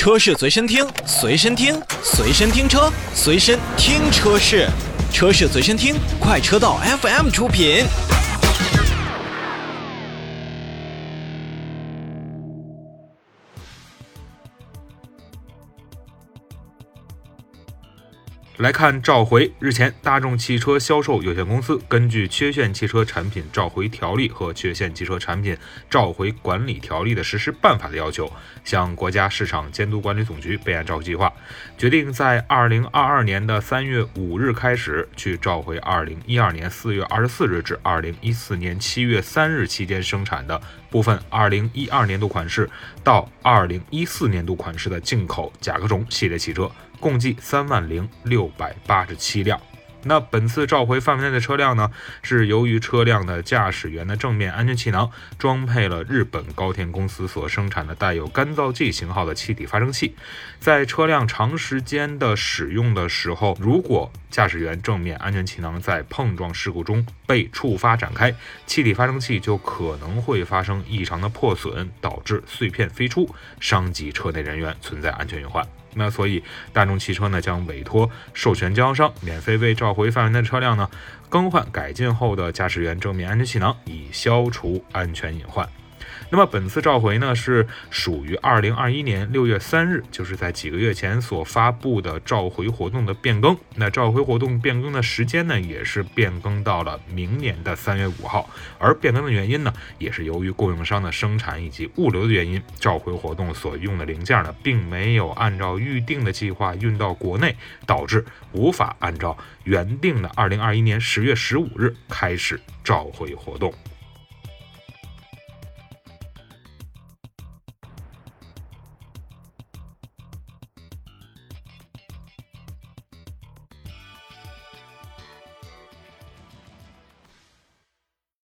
车市随身听，随身听，随身听车，随身听车市，车市随身听，快车道 FM 出品。 来看召回。日前，大众汽车销售有限公司根据《缺陷汽车产品召回条例》和《缺陷汽车产品召回管理条例》的实施办法的要求，向国家市场监督管理总局备案召回计划，决定在2022年的3月5日开始，去召回2012年4月24日至2014年7月3日期间生产的部分2012年度款式到2014年度款式的进口甲壳虫系列汽车，共计30687辆。那本次召回范围内的车辆呢，是由于车辆的驾驶员的正面安全气囊装配了日本高田公司所生产的带有干燥剂型号的气体发生器，在车辆长时间的使用的时候，如果驾驶员正面安全气囊在碰撞事故中被触发展开，气体发生器就可能会发生异常的破损，导致碎片飞出，伤及车内人员，存在安全隐患。那所以大众汽车呢，将委托授权经销商免费为召回范围内的车辆呢更换改进后的驾驶员正面安全气囊，以消除安全隐患。那么本次召回呢，是属于2021年6月3日，就是在几个月前所发布的召回活动的变更。那召回活动变更的时间呢，也是变更到了明年的3月5号。而变更的原因呢，也是由于供应商的生产以及物流的原因，召回活动所用的零件呢，并没有按照预定的计划运到国内，导致无法按照原定的2021年10月15日开始召回活动。